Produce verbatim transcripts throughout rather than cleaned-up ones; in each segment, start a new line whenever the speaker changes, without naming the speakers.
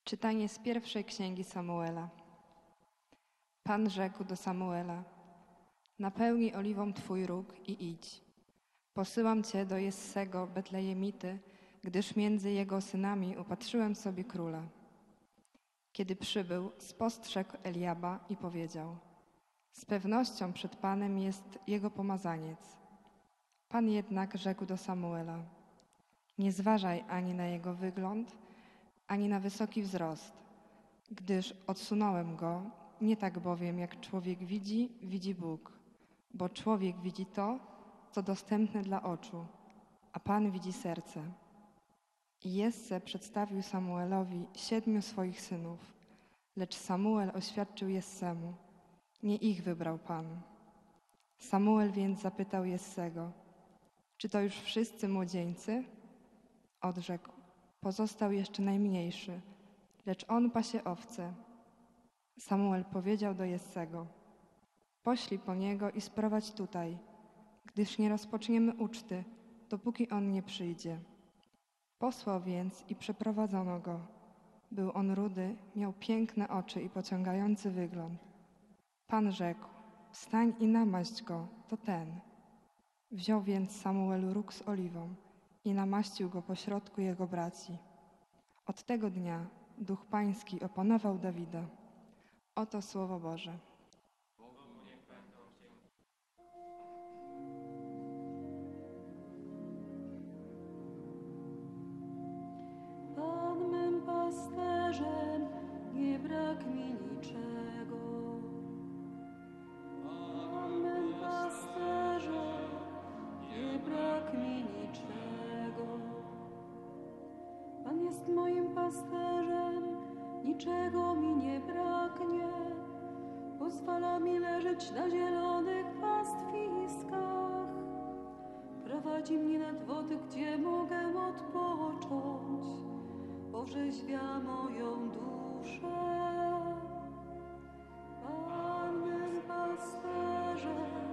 Czytanie z pierwszej księgi Samuela. Pan rzekł do Samuela: napełnij oliwą twój róg i idź. Posyłam cię do Jessego Betlejemity, gdyż między jego synami upatrzyłem sobie króla. Kiedy przybył, spostrzegł Eliaba i powiedział: z pewnością przed Panem jest jego pomazaniec. Pan jednak rzekł do Samuela: nie zważaj ani na jego wygląd, ani na wysoki wzrost, gdyż odsunąłem go, nie tak bowiem jak człowiek widzi, widzi Bóg, bo człowiek widzi to, co dostępne dla oczu, a Pan widzi serce. I Jesse przedstawił Samuelowi siedmiu swoich synów, lecz Samuel oświadczył Jessemu: nie ich wybrał Pan. Samuel więc zapytał Jessego: czy to już wszyscy młodzieńcy? Odrzekł: pozostał jeszcze najmniejszy, lecz on pasie owce. Samuel powiedział do Jessego: poślij po niego i sprowadź tutaj, gdyż nie rozpoczniemy uczty, dopóki on nie przyjdzie. Posłał więc i przeprowadzono go. Był on rudy, miał piękne oczy i pociągający wygląd. Pan rzekł: wstań i namaść go, to ten. Wziął więc Samuel róg z oliwą i namaścił go pośrodku jego braci. Od tego dnia Duch Pański opanował Dawida. Oto Słowo Boże.
Pan mym pasterzem, nie brak mi niczego. Pan mym pasterzem, nie brak mi niczego. Pan jest moim pasterzem, niczego mi nie braknie. Pozwala mi leżeć na zielonych pastwiskach. Prowadzi mnie nad wody, gdzie mogę odpocząć. Orzeźwia moją duszę. Pan mym pasterzem,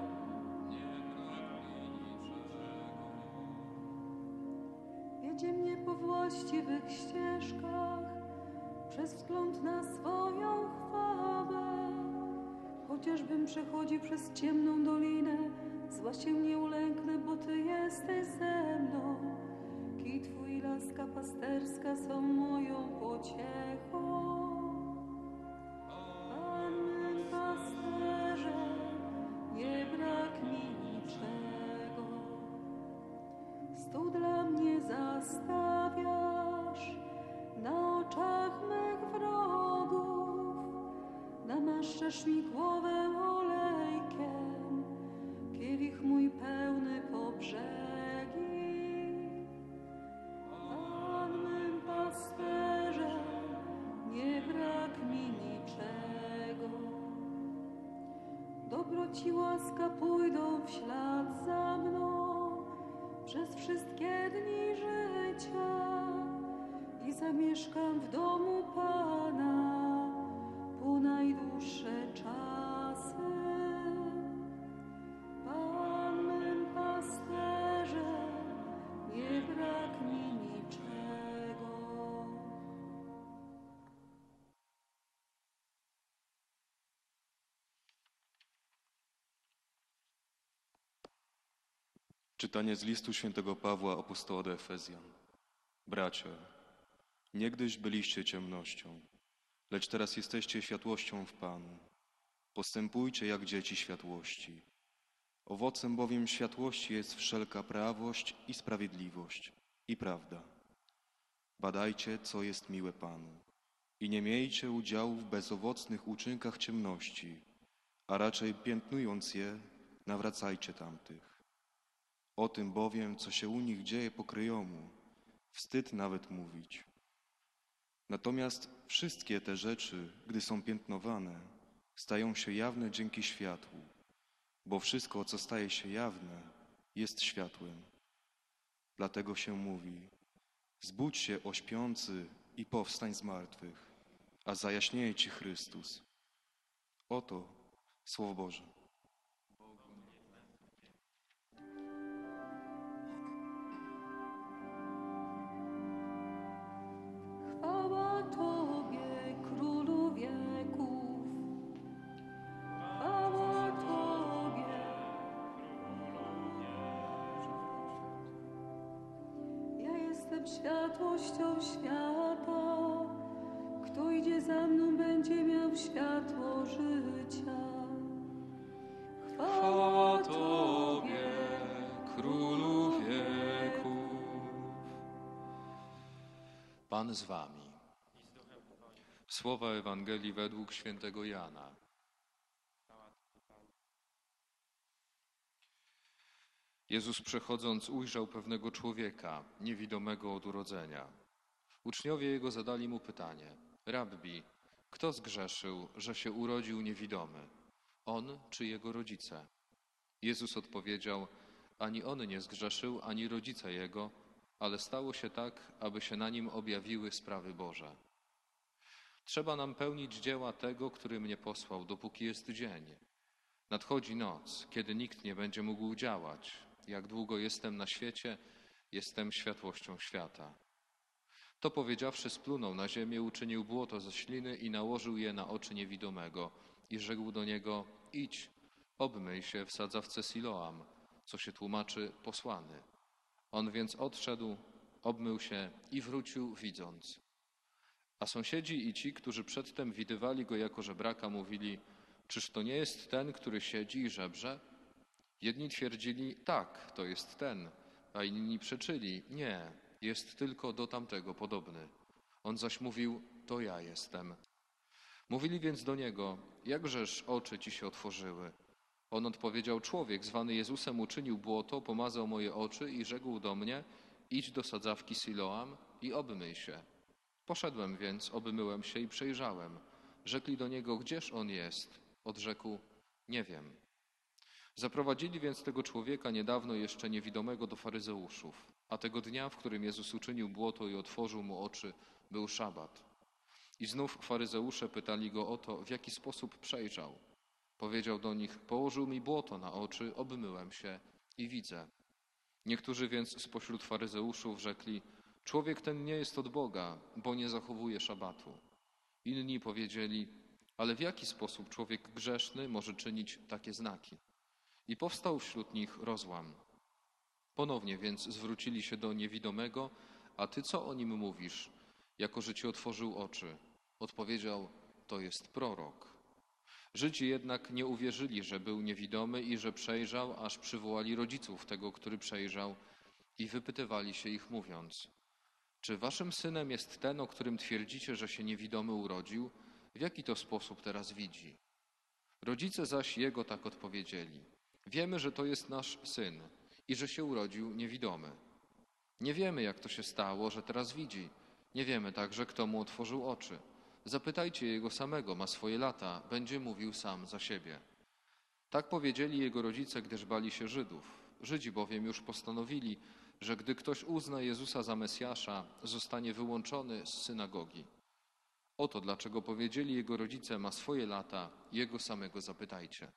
wiedzie mnie po właściwych ścieżkach, przez wzgląd na swoją chwałę. Chociażbym przechodził przez ciemną dolinę, zła się nie ulęknę, bo Ty jesteś ze mną. Kij Twój i laska pasterska są moją pociechą. Pan mym pasterzem, nie brak mi niczego. Stół dla mnie zastawiasz na oczach mych wrogów. Namaszczasz mi głowę olejkiem, kielich mój pełny po brzegi. Pan mym pasterzem, nie brak mi niczego. Dobroć i łaska pójdą w ślad za mną przez wszystkie dni życia i zamieszkam w domu Pana po najdłuższe czasy. Pan mym pasterzem, nie brak mi niczego.
Czytanie z listu świętego Pawła apostoła do Efezjan. Bracia, niegdyś byliście ciemnością, lecz teraz jesteście światłością w Panu. Postępujcie jak dzieci światłości. Owocem bowiem światłości jest wszelka prawość i sprawiedliwość i prawda. Badajcie, co jest miłe Panu i nie miejcie udziału w bezowocnych uczynkach ciemności, a raczej piętnując je, nawracajcie tamtych. O tym bowiem, co się u nich dzieje pokryjomu, wstyd nawet mówić. Natomiast wszystkie te rzeczy, gdy są piętnowane, stają się jawne dzięki światłu, bo wszystko, co staje się jawne, jest światłem. Dlatego się mówi: zbudź się, o śpiący, i powstań z martwych, a zajaśnieje ci Chrystus. Oto Słowo Boże.
Chwała Tobie, Jestem światłością świata. Kto idzie za mną, będzie miał światło życia.
Chwała Tobie, Królu wieków.
Pan z wami.
Słowa Ewangelii według świętego Jana. Jezus przechodząc ujrzał pewnego człowieka, niewidomego od urodzenia. Uczniowie Jego zadali Mu pytanie: Rabbi, kto zgrzeszył, że się urodził niewidomy? On czy jego rodzice? Jezus odpowiedział: ani on nie zgrzeszył, ani rodzice jego, ale stało się tak, aby się na nim objawiły sprawy Boże. Trzeba nam pełnić dzieła tego, który mnie posłał, dopóki jest dzień. Nadchodzi noc, kiedy nikt nie będzie mógł działać. Jak długo jestem na świecie, jestem światłością świata. To powiedziawszy, splunął na ziemię, uczynił błoto ze śliny i nałożył je na oczy niewidomego i rzekł do niego: idź, obmyj się w sadzawce Siloam, co się tłumaczy posłany. On więc odszedł, obmył się i wrócił widząc. A sąsiedzi i ci, którzy przedtem widywali go jako żebraka, mówili: czyż to nie jest ten, który siedzi i żebrze? Jedni twierdzili: tak, to jest ten, a inni przeczyli: nie, jest tylko do tamtego podobny. On zaś mówił: to ja jestem. Mówili więc do niego: jakżeż oczy ci się otworzyły? On odpowiedział: człowiek zwany Jezusem uczynił błoto, pomazał moje oczy i rzekł do mnie: idź do sadzawki Siloam i obmyj się. Poszedłem więc, obmyłem się i przejrzałem. Rzekli do niego: gdzież on jest? Odrzekł: nie wiem. Zaprowadzili więc tego człowieka, niedawno jeszcze niewidomego, do faryzeuszów. A tego dnia, w którym Jezus uczynił błoto i otworzył mu oczy, był szabat. I znów faryzeusze pytali go o to, w jaki sposób przejrzał. Powiedział do nich: położył mi błoto na oczy, obmyłem się i widzę. Niektórzy więc spośród faryzeuszów rzekli: człowiek ten nie jest od Boga, bo nie zachowuje szabatu. Inni powiedzieli: ale w jaki sposób człowiek grzeszny może czynić takie znaki? I powstał wśród nich rozłam. Ponownie więc zwrócili się do niewidomego: a ty co o nim mówisz, jako że ci otworzył oczy? Odpowiedział: to jest prorok. Żydzi jednak nie uwierzyli, że był niewidomy i że przejrzał, aż przywołali rodziców tego, który przejrzał, i wypytywali się ich, mówiąc: czy waszym synem jest ten, o którym twierdzicie, że się niewidomy urodził? W jaki to sposób teraz widzi? Rodzice zaś jego tak odpowiedzieli: wiemy, że to jest nasz syn i że się urodził niewidomy. Nie wiemy, jak to się stało, że teraz widzi. Nie wiemy także, kto mu otworzył oczy. Zapytajcie jego samego, ma swoje lata, będzie mówił sam za siebie. Tak powiedzieli jego rodzice, gdyż bali się Żydów. Żydzi bowiem już postanowili, że gdy ktoś uzna Jezusa za Mesjasza, zostanie wyłączony z synagogi. Oto dlaczego powiedzieli jego rodzice: ma swoje lata, jego samego zapytajcie.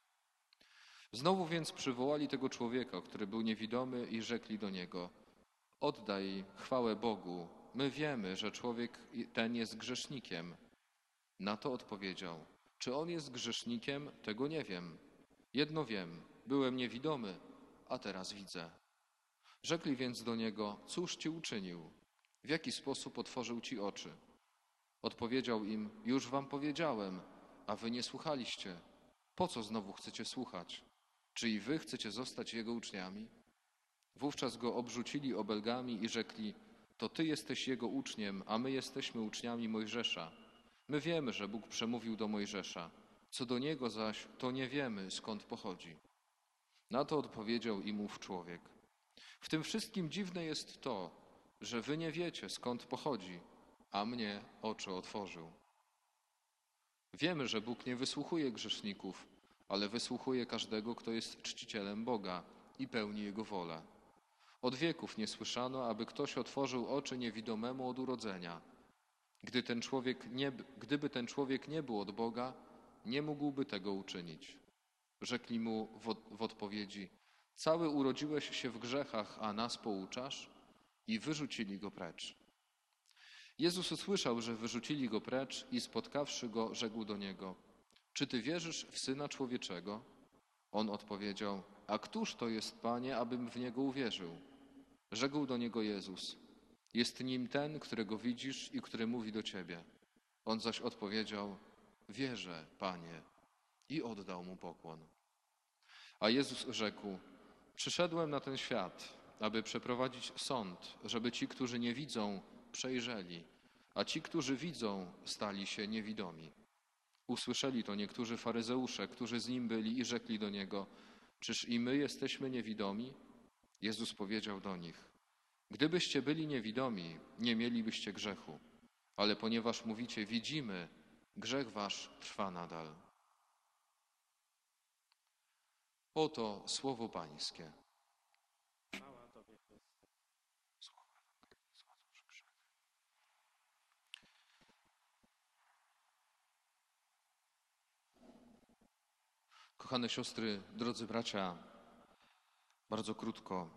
Znowu więc przywołali tego człowieka, który był niewidomy, i rzekli do niego: oddaj chwałę Bogu, my wiemy, że człowiek ten jest grzesznikiem. Na to odpowiedział: czy on jest grzesznikiem, tego nie wiem. Jedno wiem, byłem niewidomy, a teraz widzę. Rzekli więc do niego: cóż ci uczynił? W jaki sposób otworzył ci oczy? Odpowiedział im: już wam powiedziałem, a wy nie słuchaliście. Po co znowu chcecie słuchać? Czy i wy chcecie zostać jego uczniami? Wówczas go obrzucili obelgami i rzekli: to ty jesteś jego uczniem, a my jesteśmy uczniami Mojżesza. My wiemy, że Bóg przemówił do Mojżesza. Co do niego zaś, to nie wiemy, skąd pochodzi. Na to odpowiedział im ów człowiek: w tym wszystkim dziwne jest to, że wy nie wiecie, skąd pochodzi, a mnie oczy otworzył. Wiemy, że Bóg nie wysłuchuje grzeszników, ale wysłuchuje każdego, kto jest czcicielem Boga i pełni Jego wolę. Od wieków nie słyszano, aby ktoś otworzył oczy niewidomemu od urodzenia. Gdy ten człowiek nie, gdyby ten człowiek nie był od Boga, nie mógłby tego uczynić. Rzekli mu w, w odpowiedzi: cały urodziłeś się w grzechach, a nas pouczasz? I wyrzucili go precz. Jezus usłyszał, że wyrzucili go precz i spotkawszy go, rzekł do niego: czy ty wierzysz w Syna Człowieczego? On odpowiedział: a któż to jest, Panie, abym w Niego uwierzył? Rzekł do niego Jezus:
Jest nim ten, którego widzisz i który mówi do ciebie. On zaś odpowiedział: wierzę, Panie, i oddał mu pokłon. A Jezus rzekł: przyszedłem na ten świat, aby przeprowadzić sąd, żeby ci, którzy nie widzą, przejrzeli, a ci, którzy widzą, stali się niewidomi. Usłyszeli to niektórzy faryzeusze, którzy z nim byli i rzekli do niego: czyż i my jesteśmy niewidomi? Jezus powiedział do nich: gdybyście byli niewidomi, nie mielibyście grzechu, ale ponieważ mówicie widzimy, grzech wasz trwa nadal. Oto słowo Pańskie. Kochane siostry, drodzy bracia, bardzo krótko.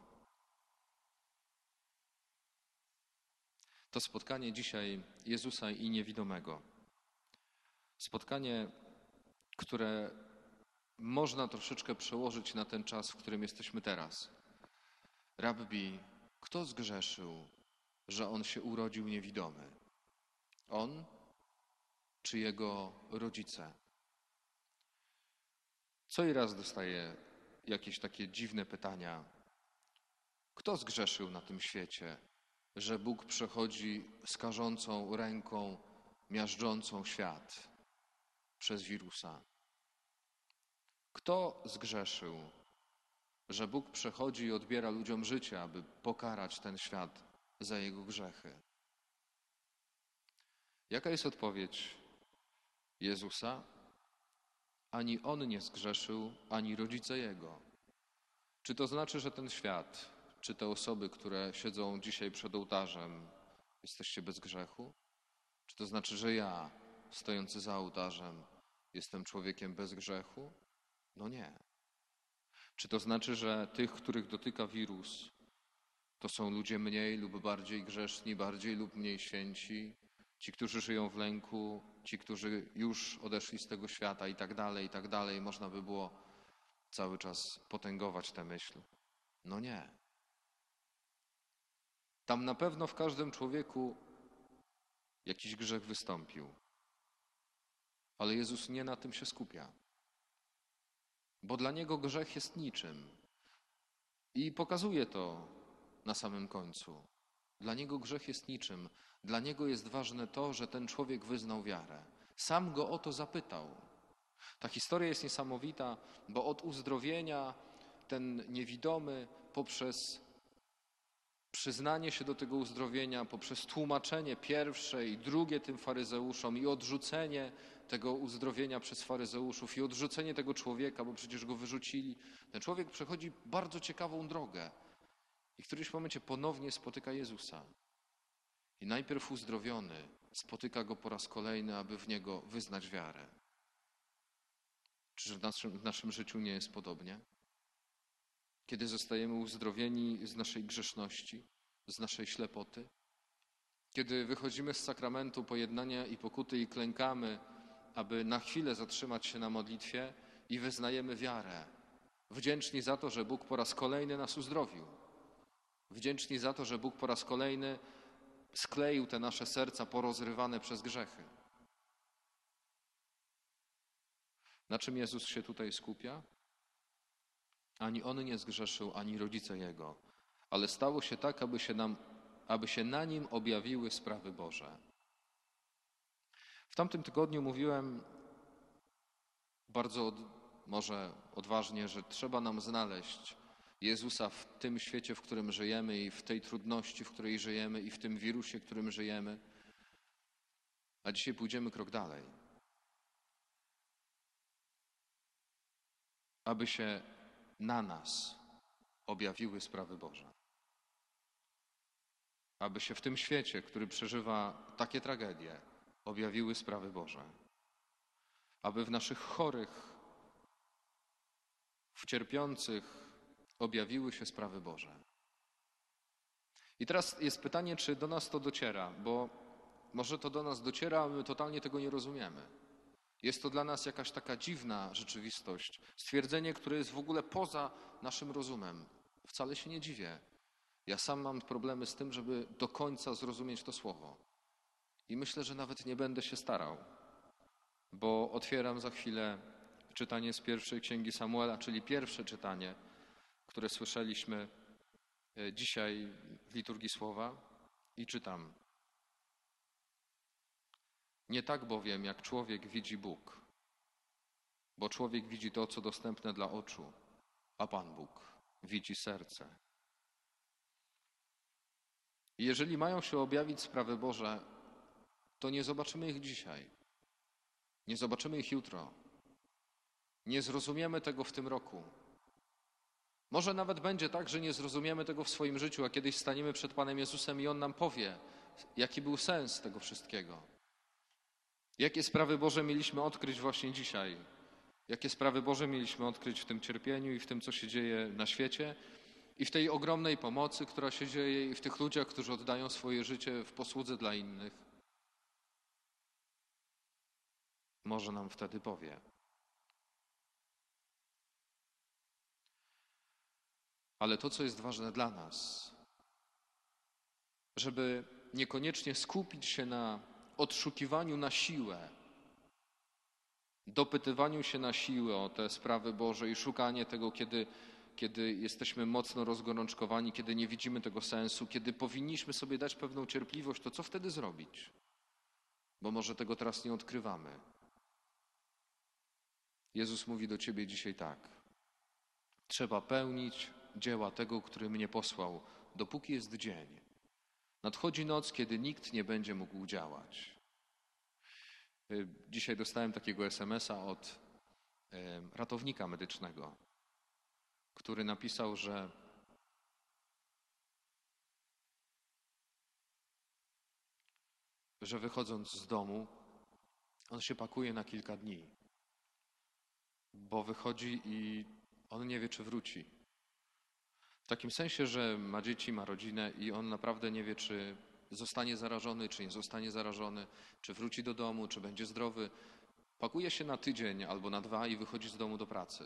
To spotkanie dzisiaj Jezusa i niewidomego. Spotkanie, które można troszeczkę przełożyć na ten czas, w którym jesteśmy teraz. Rabbi, kto zgrzeszył, że on się urodził niewidomy? On czy jego rodzice? Co i raz dostaję jakieś takie dziwne pytania. Kto zgrzeszył na tym świecie, że Bóg przechodzi skażącą ręką, miażdżącą świat przez wirusa? Kto zgrzeszył, że Bóg przechodzi i odbiera ludziom życie, aby pokarać ten świat za jego grzechy? Jaka jest odpowiedź Jezusa? Ani on nie zgrzeszył, ani rodzice jego. Czy to znaczy, że ten świat, czy te osoby, które siedzą dzisiaj przed ołtarzem, jesteście bez grzechu? Czy to znaczy, że ja, stojący za ołtarzem, jestem człowiekiem bez grzechu? No nie. Czy to znaczy, że tych, których dotyka wirus, to są ludzie mniej lub bardziej grzeszni, bardziej lub mniej święci? Ci, którzy żyją w lęku, ci, którzy już odeszli z tego świata i tak dalej, i tak dalej. Można by było cały czas potęgować tę myśl. No nie. Tam na pewno w każdym człowieku jakiś grzech wystąpił. Ale Jezus nie na tym się skupia. Bo dla Niego grzech jest niczym. I pokazuje to na samym końcu. Dla Niego grzech jest niczym. Dla Niego jest ważne to, że ten człowiek wyznał wiarę. Sam Go o to zapytał. Ta historia jest niesamowita, bo od uzdrowienia ten niewidomy poprzez przyznanie się do tego uzdrowienia, poprzez tłumaczenie pierwsze i drugie tym faryzeuszom i odrzucenie tego uzdrowienia przez faryzeuszów i odrzucenie tego człowieka, bo przecież go wyrzucili, ten człowiek przechodzi bardzo ciekawą drogę i w którymś momencie ponownie spotyka Jezusa. I najpierw uzdrowiony spotyka Go po raz kolejny, aby w Niego wyznać wiarę. Czyż w naszym, w naszym życiu nie jest podobnie? Kiedy zostajemy uzdrowieni z naszej grzeszności, z naszej ślepoty, kiedy wychodzimy z sakramentu pojednania i pokuty i klękamy, aby na chwilę zatrzymać się na modlitwie i wyznajemy wiarę, wdzięczni za to, że Bóg po raz kolejny nas uzdrowił, wdzięczni za to, że Bóg po raz kolejny skleił te nasze serca porozrywane przez grzechy. Na czym Jezus się tutaj skupia? Ani on nie zgrzeszył, ani rodzice Jego, ale stało się tak, aby się, nam, aby się na Nim objawiły sprawy Boże. W tamtym tygodniu mówiłem bardzo od, może odważnie, że trzeba nam znaleźć Jezusa w tym świecie, w którym żyjemy i w tej trudności, w której żyjemy i w tym wirusie, w którym żyjemy. A dzisiaj pójdziemy krok dalej. Aby się na nas objawiły sprawy Boże. Aby się w tym świecie, który przeżywa takie tragedie, objawiły sprawy Boże. Aby w naszych chorych, w cierpiących objawiły się sprawy Boże. I teraz jest pytanie, czy do nas to dociera, bo może to do nas dociera, a my totalnie tego nie rozumiemy. Jest to dla nas jakaś taka dziwna rzeczywistość, stwierdzenie, które jest w ogóle poza naszym rozumem. Wcale się nie dziwię. Ja sam mam problemy z tym, żeby do końca zrozumieć to słowo. I myślę, że nawet nie będę się starał, bo otwieram za chwilę czytanie z pierwszej księgi Samuela, czyli pierwsze czytanie, które słyszeliśmy dzisiaj w liturgii słowa, i czytam. Nie tak bowiem, jak człowiek widzi Bóg, bo człowiek widzi to, co dostępne dla oczu, a Pan Bóg widzi serce. I jeżeli mają się objawić sprawy Boże, to nie zobaczymy ich dzisiaj, nie zobaczymy ich jutro, nie zrozumiemy tego w tym roku. Może nawet będzie tak, że nie zrozumiemy tego w swoim życiu, a kiedyś staniemy przed Panem Jezusem i On nam powie, jaki był sens tego wszystkiego. Jakie sprawy Boże mieliśmy odkryć właśnie dzisiaj? Jakie sprawy Boże mieliśmy odkryć w tym cierpieniu i w tym, co się dzieje na świecie, i w tej ogromnej pomocy, która się dzieje, i w tych ludziach, którzy oddają swoje życie w posłudze dla innych? Może nam wtedy powie. Ale to, co jest ważne dla nas, żeby niekoniecznie skupić się na odszukiwaniu na siłę, dopytywaniu się na siłę o te sprawy Boże i szukanie tego, kiedy, kiedy jesteśmy mocno rozgorączkowani, kiedy nie widzimy tego sensu, kiedy powinniśmy sobie dać pewną cierpliwość, to co wtedy zrobić? Bo może tego teraz nie odkrywamy. Jezus mówi do ciebie dzisiaj tak. Trzeba pełnić dzieła tego, który mnie posłał, dopóki jest dzień. Nadchodzi noc, kiedy nikt nie będzie mógł działać. Dzisiaj dostałem takiego es em es a od ratownika medycznego, który napisał, że że wychodząc z domu, on się pakuje na kilka dni, bo wychodzi i on nie wie, czy wróci. W takim sensie, że ma dzieci, ma rodzinę i on naprawdę nie wie, czy zostanie zarażony, czy nie zostanie zarażony, czy wróci do domu, czy będzie zdrowy. Pakuje się na tydzień albo na dwa i wychodzi z domu do pracy.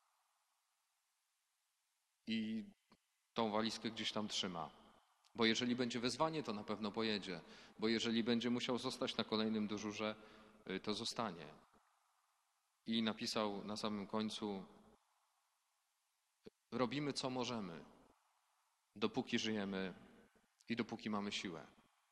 I tą walizkę gdzieś tam trzyma. Bo jeżeli będzie wezwanie, to na pewno pojedzie. Bo jeżeli będzie musiał zostać na kolejnym dyżurze, to zostanie. I napisał na samym końcu: robimy co możemy, dopóki żyjemy i dopóki mamy siłę.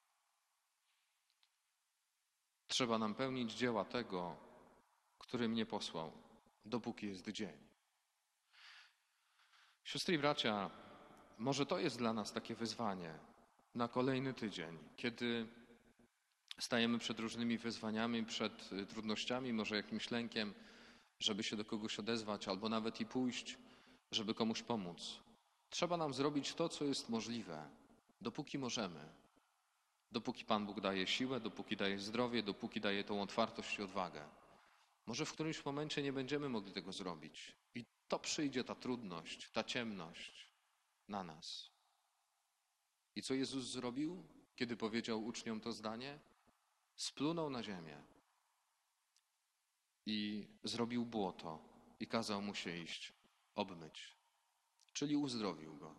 Trzeba nam pełnić dzieła tego, który mnie posłał, dopóki jest dzień. Siostry i bracia, może to jest dla nas takie wyzwanie na kolejny tydzień, kiedy stajemy przed różnymi wyzwaniami, przed trudnościami, może jakimś lękiem, żeby się do kogoś odezwać albo nawet i pójść, żeby komuś pomóc. Trzeba nam zrobić to, co jest możliwe, dopóki możemy. Dopóki Pan Bóg daje siłę, dopóki daje zdrowie, dopóki daje tą otwartość i odwagę. Może w którymś momencie nie będziemy mogli tego zrobić. I to przyjdzie ta trudność, ta ciemność na nas. I co Jezus zrobił, kiedy powiedział uczniom to zdanie? Splunął na ziemię i zrobił błoto i kazał mu się iść obmyć, czyli uzdrowił go.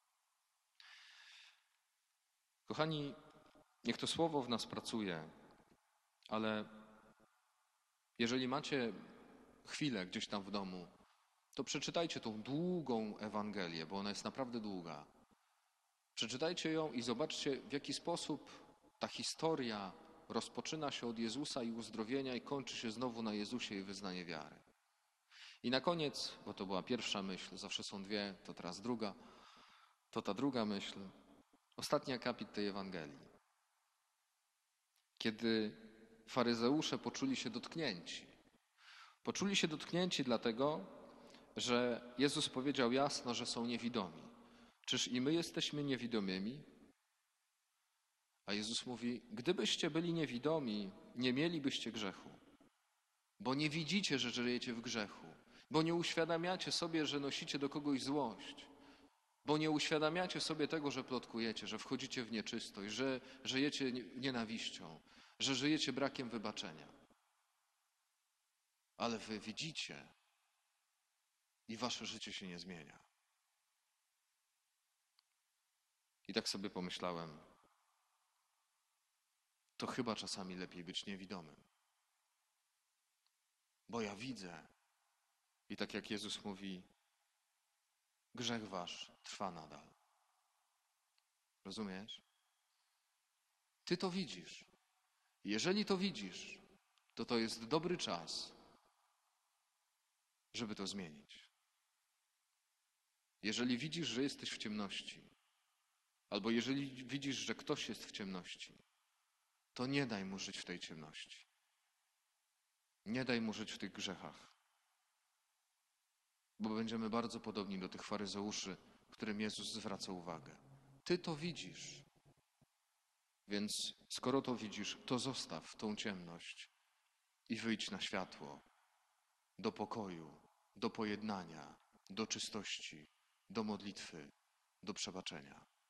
Kochani, niech to słowo w nas pracuje, ale jeżeli macie chwilę gdzieś tam w domu, to przeczytajcie tą długą Ewangelię, bo ona jest naprawdę długa. Przeczytajcie ją i zobaczcie, w jaki sposób ta historia rozpoczyna się od Jezusa i uzdrowienia i kończy się znowu na Jezusie i wyznanie wiary. I na koniec, bo to była pierwsza myśl, zawsze są dwie, to teraz druga, to ta druga myśl, ostatni akapit tej Ewangelii. Kiedy faryzeusze poczuli się dotknięci. Poczuli się dotknięci dlatego, że Jezus powiedział jasno, że są niewidomi. Czyż i my jesteśmy niewidomymi? A Jezus mówi, gdybyście byli niewidomi, nie mielibyście grzechu. Bo nie widzicie, że żyjecie w grzechu. Bo nie uświadamiacie sobie, że nosicie do kogoś złość. Bo nie uświadamiacie sobie tego, że plotkujecie, że wchodzicie w nieczystość, że żyjecie nienawiścią, że żyjecie brakiem wybaczenia. Ale wy widzicie i wasze życie się nie zmienia. I tak sobie pomyślałem, to chyba czasami lepiej być niewidomym. Bo ja widzę. I tak jak Jezus mówi, grzech wasz trwa nadal. Rozumiesz? Ty to widzisz. Jeżeli to widzisz, to to jest dobry czas, żeby to zmienić. Jeżeli widzisz, że jesteś w ciemności, albo jeżeli widzisz, że ktoś jest w ciemności, to nie daj mu żyć w tej ciemności. Nie daj mu żyć w tych grzechach. Bo będziemy bardzo podobni do tych faryzeuszy, którym Jezus zwraca uwagę. Ty to widzisz. Więc skoro to widzisz, to zostaw tą ciemność i wyjdź na światło, do pokoju, do pojednania, do czystości, do modlitwy, do przebaczenia.